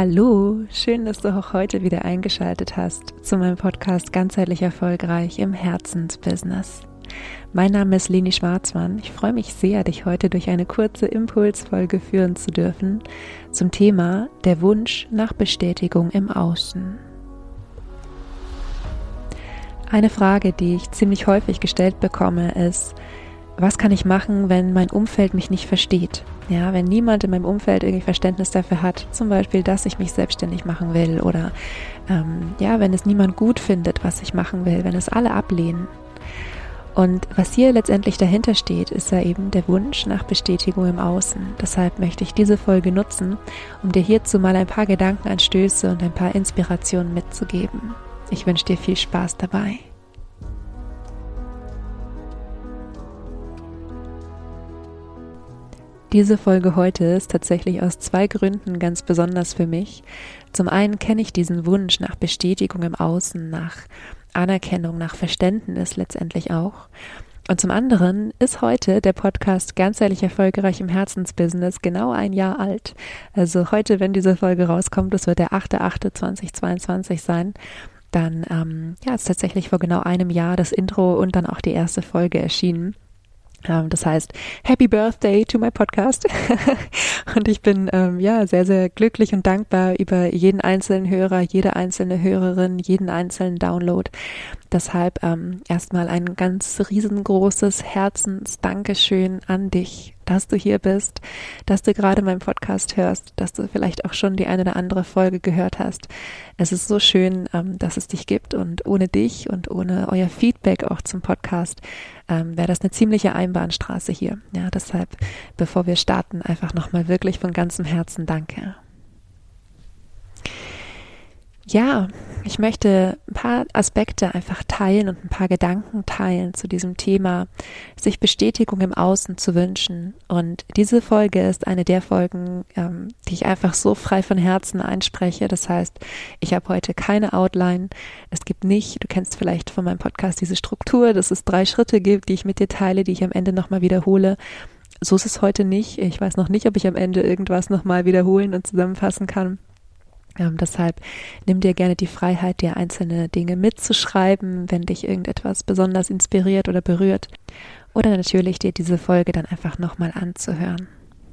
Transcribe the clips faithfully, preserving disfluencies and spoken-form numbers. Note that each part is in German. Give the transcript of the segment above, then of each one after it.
Hallo, schön, dass du auch heute wieder eingeschaltet hast zu meinem Podcast Ganzheitlich Erfolgreich im Herzensbusiness. Mein Name ist Leni Schwarzmann. Ich freue mich sehr, dich heute durch eine kurze Impulsfolge führen zu dürfen zum Thema der Wunsch nach Bestätigung im Außen. Eine Frage, die ich ziemlich häufig gestellt bekomme, ist: Was kann ich machen, wenn mein Umfeld mich nicht versteht? Ja, wenn niemand in meinem Umfeld irgendwie Verständnis dafür hat, zum Beispiel, dass ich mich selbstständig machen will oder ähm, ja, wenn es niemand gut findet, was ich machen will, wenn es alle ablehnen. Und was hier letztendlich dahinter steht, ist ja eben der Wunsch nach Bestätigung im Außen. Deshalb möchte ich diese Folge nutzen, um dir hierzu mal ein paar Gedankenanstöße und ein paar Inspirationen mitzugeben. Ich wünsche dir viel Spaß dabei. Diese Folge heute ist tatsächlich aus zwei Gründen ganz besonders für mich. Zum einen kenne ich diesen Wunsch nach Bestätigung im Außen, nach Anerkennung, nach Verständnis letztendlich auch. Und zum anderen ist heute der Podcast Ganzheitlich Erfolgreich im Herzensbusiness genau ein Jahr alt. Also heute, wenn diese Folge rauskommt, das wird der achte achte zweitausendzweiundzwanzig sein, dann ähm, ja, ist tatsächlich vor genau einem Jahr das Intro und dann auch die erste Folge erschienen. Das heißt, Happy Birthday to my Podcast. Und ich bin ähm, ja sehr, sehr glücklich und dankbar über jeden einzelnen Hörer, jede einzelne Hörerin, jeden einzelnen Download. Deshalb ähm, erstmal ein ganz riesengroßes Herzens-Dankeschön an dich, dass du hier bist, dass du gerade meinen Podcast hörst, dass du vielleicht auch schon die eine oder andere Folge gehört hast. Es ist so schön, ähm, dass es dich gibt, und ohne dich und ohne euer Feedback auch zum Podcast ähm, wäre das eine ziemliche Einbahnstraße hier. Ja, deshalb, bevor wir starten, einfach nochmal wirklich von ganzem Herzen Danke. Ja, ich möchte ein paar Aspekte einfach teilen und ein paar Gedanken teilen zu diesem Thema, sich Bestätigung im Außen zu wünschen. Und diese Folge ist eine der Folgen, ähm, die ich einfach so frei von Herzen einspreche. Das heißt, ich habe heute keine Outline. Es gibt nicht, du kennst vielleicht von meinem Podcast diese Struktur, dass es drei Schritte gibt, die ich mit dir teile, die ich am Ende nochmal wiederhole. So ist es heute nicht. Ich weiß noch nicht, ob ich am Ende irgendwas nochmal wiederholen und zusammenfassen kann. Ähm, deshalb nimm dir gerne die Freiheit, dir einzelne Dinge mitzuschreiben, wenn dich irgendetwas besonders inspiriert oder berührt. Oder natürlich dir diese Folge dann einfach nochmal anzuhören.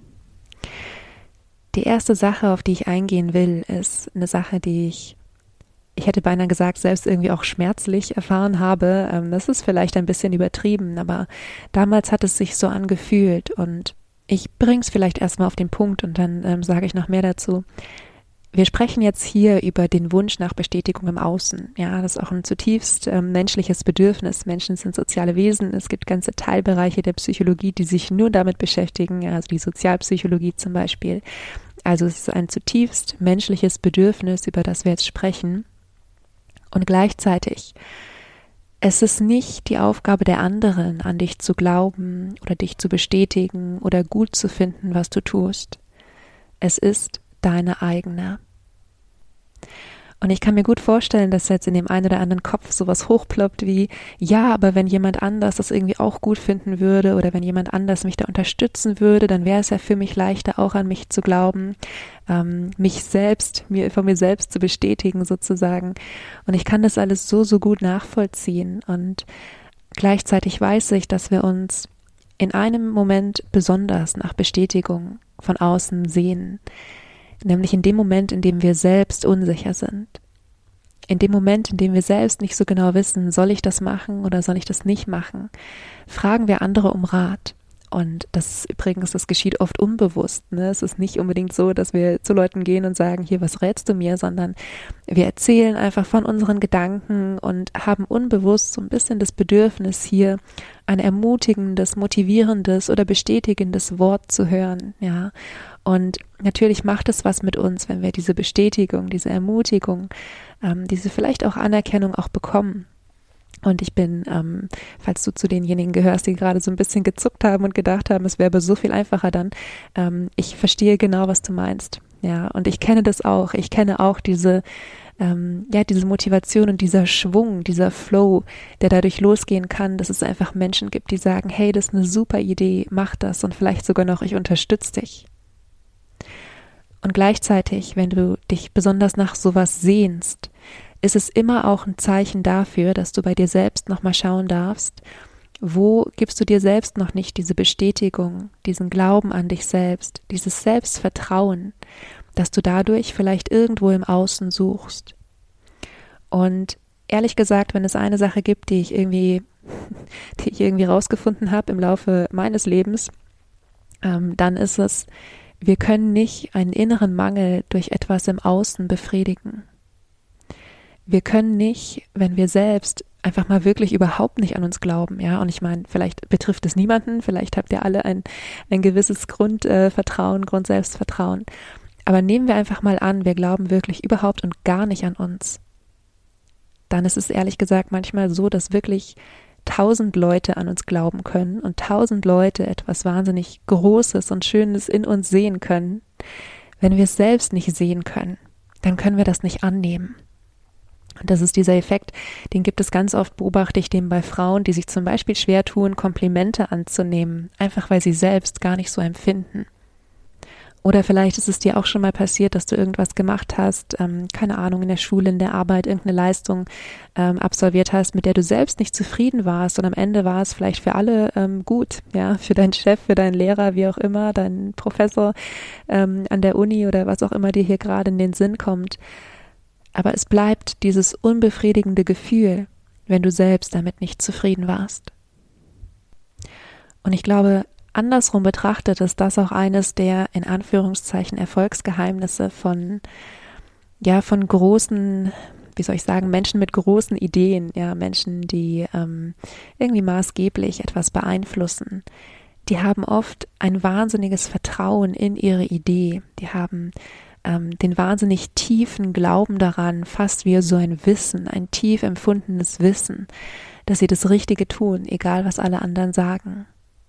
Die erste Sache, auf die ich eingehen will, ist eine Sache, die ich, ich hätte beinahe gesagt, selbst irgendwie auch schmerzlich erfahren habe. Ähm, das ist vielleicht ein bisschen übertrieben, aber damals hat es sich so angefühlt, und ich bringe es vielleicht erstmal auf den Punkt und dann ähm, sage ich noch mehr dazu. Wir sprechen jetzt hier über den Wunsch nach Bestätigung im Außen. Ja, das ist auch ein zutiefst ähm, menschliches Bedürfnis. Menschen sind soziale Wesen. Es gibt ganze Teilbereiche der Psychologie, die sich nur damit beschäftigen, also die Sozialpsychologie zum Beispiel. Also es ist ein zutiefst menschliches Bedürfnis, über das wir jetzt sprechen. Und gleichzeitig, es ist nicht die Aufgabe der anderen, an dich zu glauben oder dich zu bestätigen oder gut zu finden, was du tust. Es ist deine eigene. Und ich kann mir gut vorstellen, dass jetzt in dem einen oder anderen Kopf sowas hochploppt wie: Ja, aber wenn jemand anders das irgendwie auch gut finden würde oder wenn jemand anders mich da unterstützen würde, dann wäre es ja für mich leichter, auch an mich zu glauben, ähm, mich selbst, mir von mir selbst zu bestätigen sozusagen. Und ich kann das alles so, so gut nachvollziehen. Und gleichzeitig weiß ich, dass wir uns in einem Moment besonders nach Bestätigung von außen sehen. Nämlich in dem Moment, in dem wir selbst unsicher sind. In dem Moment, in dem wir selbst nicht so genau wissen, soll ich das machen oder soll ich das nicht machen, fragen wir andere um Rat. Und das übrigens, das geschieht oft unbewusst. Ne? Es ist nicht unbedingt so, dass wir zu Leuten gehen und sagen: Hier, was rätst du mir? Sondern wir erzählen einfach von unseren Gedanken und haben unbewusst so ein bisschen das Bedürfnis, hier ein ermutigendes, motivierendes oder bestätigendes Wort zu hören. Ja, und natürlich macht es was mit uns, wenn wir diese Bestätigung, diese Ermutigung, ähm, diese vielleicht auch Anerkennung auch bekommen. Und ich bin, ähm, falls du zu denjenigen gehörst, die gerade so ein bisschen gezuckt haben und gedacht haben, es wäre aber so viel einfacher dann, ähm, ich verstehe genau, was du meinst. Ja, und ich kenne das auch. Ich kenne auch diese, ähm, ja, diese Motivation und dieser Schwung, dieser Flow, der dadurch losgehen kann, dass es einfach Menschen gibt, die sagen: Hey, das ist eine super Idee, mach das, und vielleicht sogar noch: Ich unterstütze dich. Und gleichzeitig, wenn du dich besonders nach sowas sehnst, ist es immer auch ein Zeichen dafür, dass du bei dir selbst nochmal schauen darfst, wo gibst du dir selbst noch nicht diese Bestätigung, diesen Glauben an dich selbst, dieses Selbstvertrauen, dass du dadurch vielleicht irgendwo im Außen suchst. Und ehrlich gesagt, wenn es eine Sache gibt, die ich irgendwie, die ich irgendwie rausgefunden habe im Laufe meines Lebens, ähm, dann ist es, wir können nicht einen inneren Mangel durch etwas im Außen befriedigen. Wir können nicht, wenn wir selbst einfach mal wirklich überhaupt nicht an uns glauben, ja, und ich meine, vielleicht betrifft es niemanden, vielleicht habt ihr alle ein, ein gewisses Grundvertrauen, äh, Grundselbstvertrauen, aber nehmen wir einfach mal an, wir glauben wirklich überhaupt und gar nicht an uns. Dann ist es ehrlich gesagt manchmal so, dass wirklich tausend Leute an uns glauben können und tausend Leute etwas wahnsinnig Großes und Schönes in uns sehen können. Wenn wir es selbst nicht sehen können, dann können wir das nicht annehmen. Und das ist dieser Effekt, den gibt es ganz oft, beobachte ich den bei Frauen, die sich zum Beispiel schwer tun, Komplimente anzunehmen, einfach weil sie selbst gar nicht so empfinden. Oder vielleicht ist es dir auch schon mal passiert, dass du irgendwas gemacht hast, ähm, keine Ahnung, in der Schule, in der Arbeit, irgendeine Leistung ähm, absolviert hast, mit der du selbst nicht zufrieden warst und am Ende war es vielleicht für alle ähm, gut, ja, für deinen Chef, für deinen Lehrer, wie auch immer, deinen Professor ähm, an der Uni oder was auch immer dir hier gerade in den Sinn kommt. Aber es bleibt dieses unbefriedigende Gefühl, wenn du selbst damit nicht zufrieden warst. Und ich glaube, andersrum betrachtet ist das auch eines der, in Anführungszeichen, Erfolgsgeheimnisse von, ja, von großen, wie soll ich sagen, Menschen mit großen Ideen, ja, Menschen, die ähm, irgendwie maßgeblich etwas beeinflussen. Die haben oft ein wahnsinniges Vertrauen in ihre Idee. Die haben ähm, den wahnsinnig tiefen Glauben daran, fast wie so ein Wissen, ein tief empfundenes Wissen, dass sie das Richtige tun, egal was alle anderen sagen.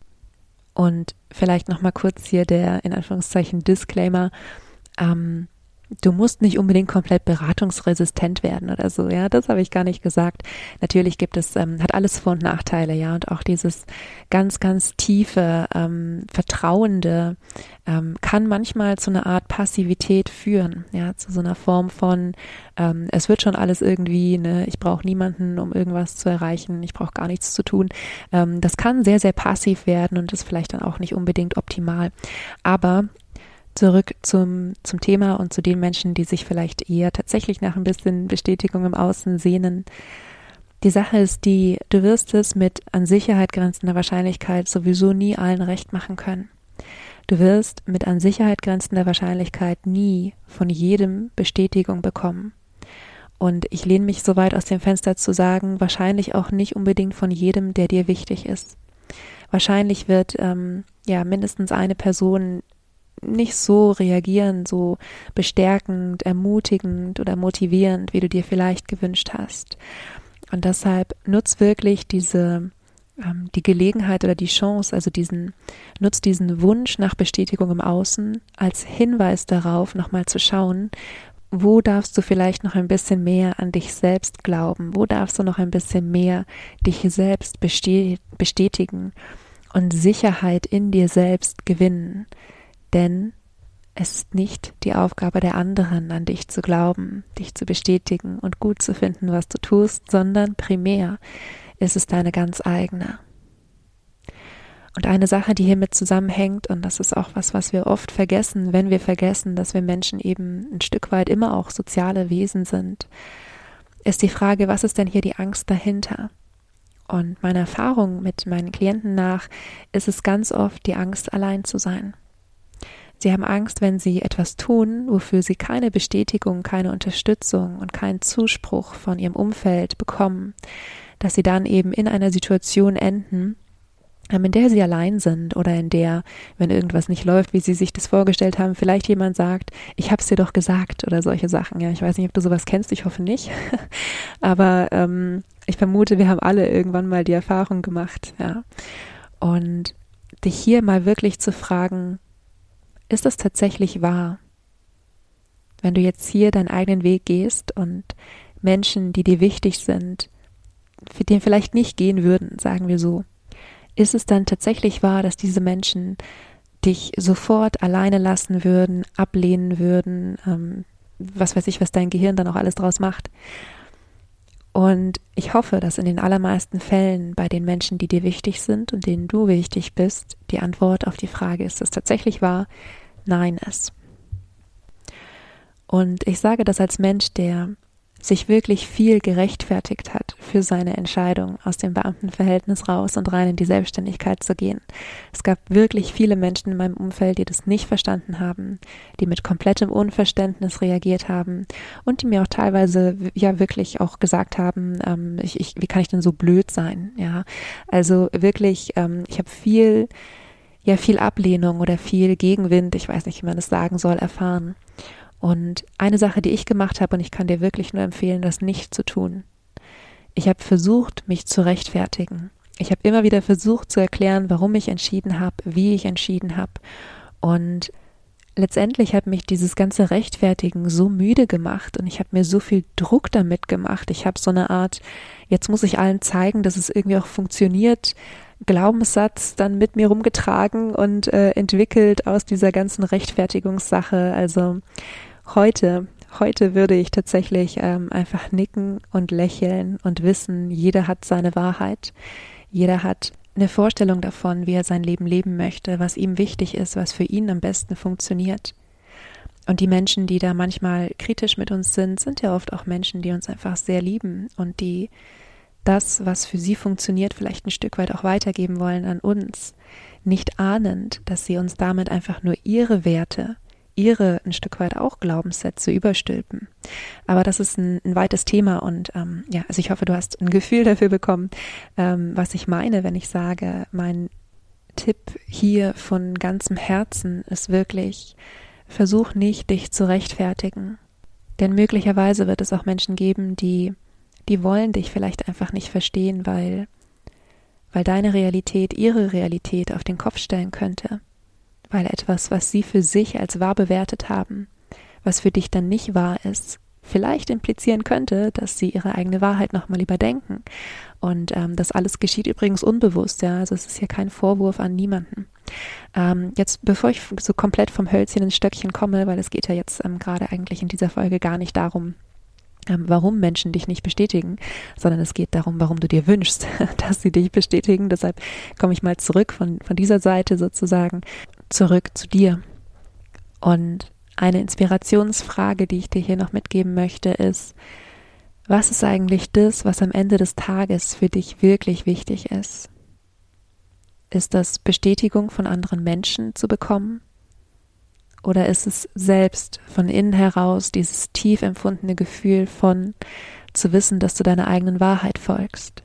Und vielleicht nochmal kurz hier der, in Anführungszeichen, Disclaimer, ähm, du musst nicht unbedingt komplett beratungsresistent werden oder so, ja, das habe ich gar nicht gesagt. Natürlich gibt es, ähm, hat alles Vor- und Nachteile, ja, und auch dieses ganz, ganz tiefe, ähm, vertrauende ähm, kann manchmal zu einer Art Passivität führen, ja, zu so einer Form von, ähm, es wird schon alles irgendwie, ne, ich brauche niemanden, um irgendwas zu erreichen, ich brauche gar nichts zu tun. Ähm, das kann sehr, sehr passiv werden und ist vielleicht dann auch nicht unbedingt optimal, aber zurück zum, zum Thema und zu den Menschen, die sich vielleicht eher tatsächlich nach ein bisschen Bestätigung im Außen sehnen. Die Sache ist die, du wirst es mit an Sicherheit grenzender Wahrscheinlichkeit sowieso nie allen recht machen können. Du wirst mit an Sicherheit grenzender Wahrscheinlichkeit nie von jedem Bestätigung bekommen. Und ich lehne mich so weit aus dem Fenster zu sagen, wahrscheinlich auch nicht unbedingt von jedem, der dir wichtig ist. Wahrscheinlich wird ähm, ja mindestens eine Person nicht so reagieren, so bestärkend, ermutigend oder motivierend, wie du dir vielleicht gewünscht hast. Und deshalb nutz wirklich diese, ähm, die Gelegenheit oder die Chance, also diesen, nutz diesen Wunsch nach Bestätigung im Außen als Hinweis darauf, nochmal zu schauen, wo darfst du vielleicht noch ein bisschen mehr an dich selbst glauben, wo darfst du noch ein bisschen mehr dich selbst bestätigen und Sicherheit in dir selbst gewinnen. Denn es ist nicht die Aufgabe der anderen, an dich zu glauben, dich zu bestätigen und gut zu finden, was du tust, sondern primär ist es deine ganz eigene. Und eine Sache, die hiermit zusammenhängt, und das ist auch was, was wir oft vergessen, wenn wir vergessen, dass wir Menschen eben ein Stück weit immer auch soziale Wesen sind, ist die Frage, was ist denn hier die Angst dahinter? Und meiner Erfahrung mit meinen Klienten nach ist es ganz oft die Angst, allein zu sein. Sie haben Angst, wenn sie etwas tun, wofür sie keine Bestätigung, keine Unterstützung und keinen Zuspruch von ihrem Umfeld bekommen, dass sie dann eben in einer Situation enden, in der sie allein sind oder in der, wenn irgendwas nicht läuft, wie sie sich das vorgestellt haben, vielleicht jemand sagt, ich hab's dir doch gesagt oder solche Sachen. Ja, ich weiß nicht, ob du sowas kennst, ich hoffe nicht. Aber ähm, ich vermute, wir haben alle irgendwann mal die Erfahrung gemacht. Ja. Und dich hier mal wirklich zu fragen, ist das tatsächlich wahr? Wenn du jetzt hier deinen eigenen Weg gehst und Menschen, die dir wichtig sind, für den vielleicht nicht gehen würden, sagen wir so, ist es dann tatsächlich wahr, dass diese Menschen dich sofort alleine lassen würden, ablehnen würden, ähm, was weiß ich, was dein Gehirn dann auch alles draus macht. Und ich hoffe, dass in den allermeisten Fällen bei den Menschen, die dir wichtig sind und denen du wichtig bist, die Antwort auf die Frage, ist es tatsächlich wahr? Nein ist. Und ich sage das als Mensch, der sich wirklich viel gerechtfertigt hat für seine Entscheidung, aus dem Beamtenverhältnis raus und rein in die Selbstständigkeit zu gehen. Es gab wirklich viele Menschen in meinem Umfeld, die das nicht verstanden haben, die mit komplettem Unverständnis reagiert haben und die mir auch teilweise ja wirklich auch gesagt haben, ähm, ich, ich, wie kann ich denn so blöd sein? Ja, also wirklich, ähm, ich habe viel, ja viel Ablehnung oder viel Gegenwind, ich weiß nicht, wie man das sagen soll, erfahren. Und eine Sache, die ich gemacht habe, und ich kann dir wirklich nur empfehlen, das nicht zu tun. Ich habe versucht, mich zu rechtfertigen. Ich habe immer wieder versucht zu erklären, warum ich entschieden habe, wie ich entschieden habe. Und letztendlich hat mich dieses ganze Rechtfertigen so müde gemacht und ich habe mir so viel Druck damit gemacht. Ich habe so eine Art, jetzt muss ich allen zeigen, dass es irgendwie auch funktioniert, Glaubenssatz dann mit mir rumgetragen und äh, entwickelt aus dieser ganzen Rechtfertigungssache. Also Heute, heute würde ich tatsächlich ähm, einfach nicken und lächeln und wissen, jeder hat seine Wahrheit. Jeder hat eine Vorstellung davon, wie er sein Leben leben möchte, was ihm wichtig ist, was für ihn am besten funktioniert. Und die Menschen, die da manchmal kritisch mit uns sind, sind ja oft auch Menschen, die uns einfach sehr lieben und die das, was für sie funktioniert, vielleicht ein Stück weit auch weitergeben wollen an uns, nicht ahnend, dass sie uns damit einfach nur ihre Werte, ihre ein Stück weit auch Glaubenssätze überstülpen. Aber das ist ein, ein weites Thema und ähm, ja, also ich hoffe, du hast ein Gefühl dafür bekommen, ähm, was ich meine, wenn ich sage, mein Tipp hier von ganzem Herzen ist wirklich, versuch nicht, dich zu rechtfertigen. Denn möglicherweise wird es auch Menschen geben, die, die wollen dich vielleicht einfach nicht verstehen, weil, weil deine Realität ihre Realität auf den Kopf stellen könnte. Weil etwas, was sie für sich als wahr bewertet haben, was für dich dann nicht wahr ist, vielleicht implizieren könnte, dass sie ihre eigene Wahrheit nochmal überdenken. Und ähm, das alles geschieht übrigens unbewusst, ja, also es ist hier kein Vorwurf an niemanden. Ähm, jetzt, bevor ich so komplett vom Hölzchen ins Stöckchen komme, weil es geht ja jetzt ähm, gerade eigentlich in dieser Folge gar nicht darum, ähm, warum Menschen dich nicht bestätigen, sondern es geht darum, warum du dir wünschst, dass sie dich bestätigen. Deshalb komme ich mal zurück von, von dieser Seite sozusagen, zurück zu dir. Und eine Inspirationsfrage, die ich dir hier noch mitgeben möchte, ist, was ist eigentlich das, was am Ende des Tages für dich wirklich wichtig ist? Ist das Bestätigung von anderen Menschen zu bekommen? Oder ist es selbst von innen heraus dieses tief empfundene Gefühl von zu wissen, dass du deiner eigenen Wahrheit folgst?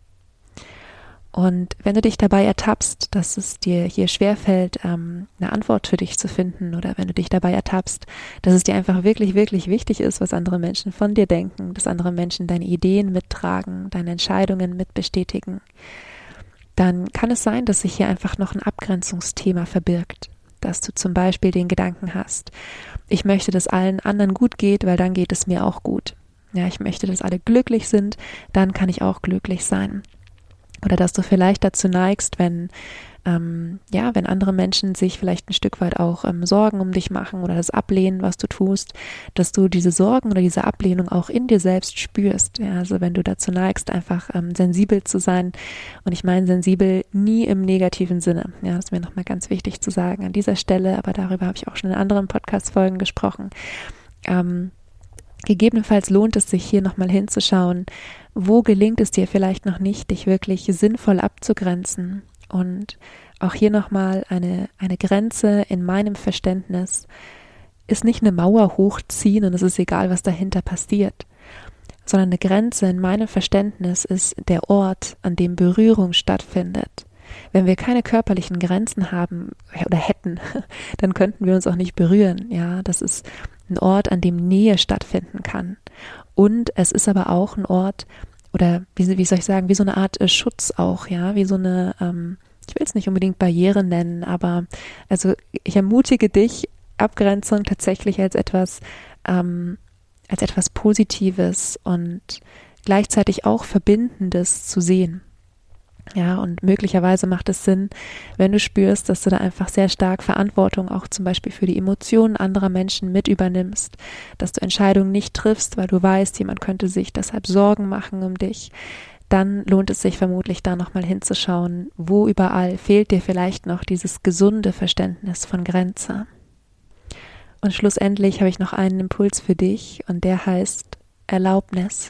Und wenn du dich dabei ertappst, dass es dir hier schwerfällt, ähm, eine Antwort für dich zu finden, oder wenn du dich dabei ertappst, dass es dir einfach wirklich, wirklich wichtig ist, was andere Menschen von dir denken, dass andere Menschen deine Ideen mittragen, deine Entscheidungen mitbestätigen, dann kann es sein, dass sich hier einfach noch ein Abgrenzungsthema verbirgt, dass du zum Beispiel den Gedanken hast, ich möchte, dass allen anderen gut geht, weil dann geht es mir auch gut. Ja, ich möchte, dass alle glücklich sind, dann kann ich auch glücklich sein. Oder dass du vielleicht dazu neigst, wenn ähm, ja, wenn andere Menschen sich vielleicht ein Stück weit auch ähm, Sorgen um dich machen oder das ablehnen, was du tust, dass du diese Sorgen oder diese Ablehnung auch in dir selbst spürst. Ja, also wenn du dazu neigst, einfach ähm, sensibel zu sein, und ich meine sensibel nie im negativen Sinne. Ja, das ist mir nochmal ganz wichtig zu sagen an dieser Stelle, aber darüber habe ich auch schon in anderen Podcast-Folgen gesprochen. Ähm, Gegebenenfalls lohnt es sich, hier nochmal hinzuschauen, wo gelingt es dir vielleicht noch nicht, dich wirklich sinnvoll abzugrenzen. Und auch hier nochmal eine, eine Grenze in meinem Verständnis ist nicht eine Mauer hochziehen und es ist egal, was dahinter passiert, sondern eine Grenze in meinem Verständnis ist der Ort, an dem Berührung stattfindet. Wenn wir keine körperlichen Grenzen haben oder hätten, dann könnten wir uns auch nicht berühren. Ja, das ist ein Ort, an dem Nähe stattfinden kann. Und es ist aber auch ein Ort, oder wie, wie soll ich sagen, wie so eine Art äh, Schutz auch, ja, wie so eine, ähm, ich will es nicht unbedingt Barriere nennen, aber also ich ermutige dich, Abgrenzung tatsächlich als etwas, ähm, als etwas Positives und gleichzeitig auch Verbindendes zu sehen. Ja, und möglicherweise macht es Sinn, wenn du spürst, dass du da einfach sehr stark Verantwortung auch zum Beispiel für die Emotionen anderer Menschen mit übernimmst, dass du Entscheidungen nicht triffst, weil du weißt, jemand könnte sich deshalb Sorgen machen um dich, dann lohnt es sich vermutlich da nochmal hinzuschauen, wo überall fehlt dir vielleicht noch dieses gesunde Verständnis von Grenze. Und schlussendlich habe ich noch einen Impuls für dich und der heißt Erlaubnis.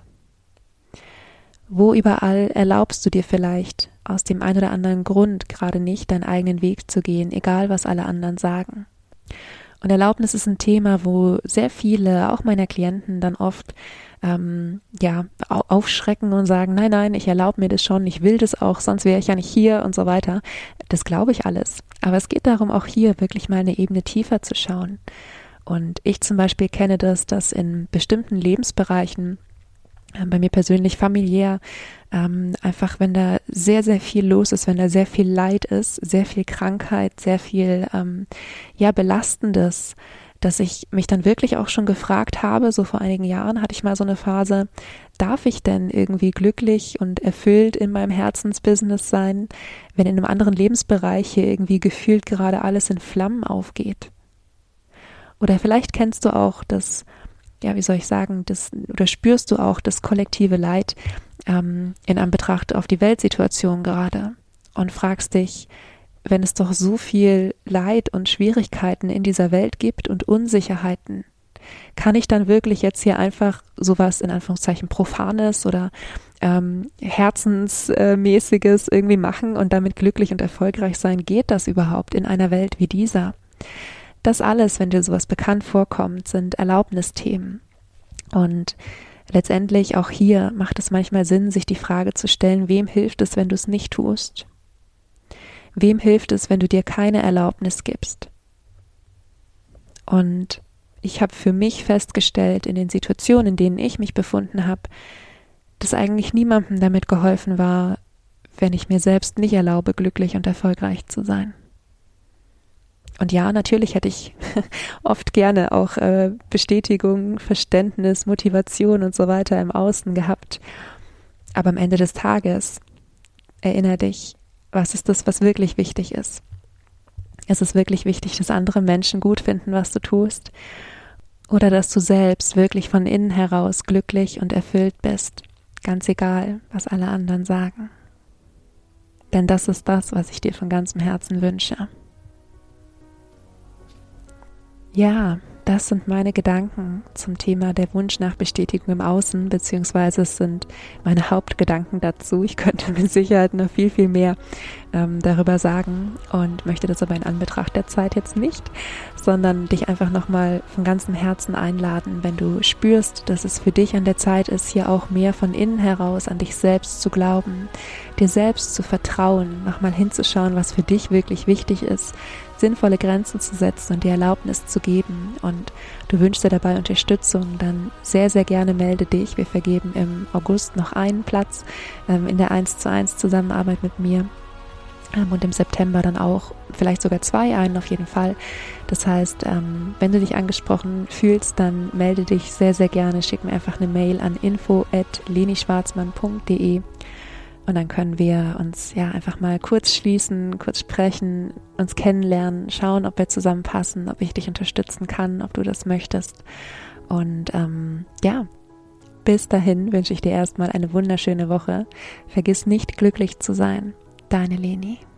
Wo überall erlaubst du dir vielleicht aus dem einen oder anderen Grund gerade nicht deinen eigenen Weg zu gehen, egal was alle anderen sagen. Und Erlaubnis ist ein Thema, wo sehr viele, auch meiner Klienten, dann oft ähm, ja aufschrecken und sagen, nein, nein, ich erlaube mir das schon, ich will das auch, sonst wäre ich ja nicht hier und so weiter. Das glaube ich alles. Aber es geht darum, auch hier wirklich mal eine Ebene tiefer zu schauen. Und ich zum Beispiel kenne das, dass in bestimmten Lebensbereichen, bei mir persönlich familiär, ähm, einfach wenn da sehr, sehr viel los ist, wenn da sehr viel Leid ist, sehr viel Krankheit, sehr viel ähm, ja Belastendes, dass ich mich dann wirklich auch schon gefragt habe, so vor einigen Jahren hatte ich mal so eine Phase, darf ich denn irgendwie glücklich und erfüllt in meinem Herzensbusiness sein, wenn in einem anderen Lebensbereich hier irgendwie gefühlt gerade alles in Flammen aufgeht? Oder vielleicht kennst du auch das, ja, wie soll ich sagen, das, oder spürst du auch das kollektive Leid ähm, in Anbetracht auf die Weltsituation gerade und fragst dich, wenn es doch so viel Leid und Schwierigkeiten in dieser Welt gibt und Unsicherheiten, kann ich dann wirklich jetzt hier einfach sowas in Anführungszeichen Profanes oder ähm, Herzensmäßiges irgendwie machen und damit glücklich und erfolgreich sein? Geht das überhaupt in einer Welt wie dieser? Das alles, wenn dir sowas bekannt vorkommt, sind Erlaubnisthemen. Und letztendlich auch hier macht es manchmal Sinn, sich die Frage zu stellen, wem hilft es, wenn du es nicht tust? Wem hilft es, wenn du dir keine Erlaubnis gibst? Und ich habe für mich festgestellt, in den Situationen, in denen ich mich befunden habe, dass eigentlich niemandem damit geholfen war, wenn ich mir selbst nicht erlaube, glücklich und erfolgreich zu sein. Und ja, natürlich hätte ich oft gerne auch äh, Bestätigung, Verständnis, Motivation und so weiter im Außen gehabt. Aber am Ende des Tages, erinnere dich, was ist das, was wirklich wichtig ist? Es ist wirklich wichtig, dass andere Menschen gut finden, was du tust, oder dass du selbst wirklich von innen heraus glücklich und erfüllt bist, ganz egal, was alle anderen sagen. Denn das ist das, was ich dir von ganzem Herzen wünsche. Ja, das sind meine Gedanken zum Thema der Wunsch nach Bestätigung im Außen, beziehungsweise es sind meine Hauptgedanken dazu. Ich könnte mit Sicherheit noch viel, viel mehr ähm, darüber sagen und möchte das aber in Anbetracht der Zeit jetzt nicht, sondern dich einfach nochmal von ganzem Herzen einladen, wenn du spürst, dass es für dich an der Zeit ist, hier auch mehr von innen heraus an dich selbst zu glauben, dir selbst zu vertrauen, nochmal hinzuschauen, was für dich wirklich wichtig ist, sinnvolle Grenzen zu setzen und die Erlaubnis zu geben, und du wünschst dir dabei Unterstützung, dann sehr, sehr gerne melde dich. Wir vergeben im August noch einen Platz ähm, in der eins zu eins Zusammenarbeit mit mir ähm, und im September dann auch vielleicht sogar zwei, einen auf jeden Fall. Das heißt, ähm, wenn du dich angesprochen fühlst, dann melde dich sehr, sehr gerne. Schick mir einfach eine Mail an info at lenischwarzmann punkt de. Und dann können wir uns ja einfach mal kurz schließen, kurz sprechen, uns kennenlernen, schauen, ob wir zusammenpassen, ob ich dich unterstützen kann, ob du das möchtest. Und ähm, ja, bis dahin wünsche ich dir erstmal eine wunderschöne Woche. Vergiss nicht, glücklich zu sein. Deine Leni.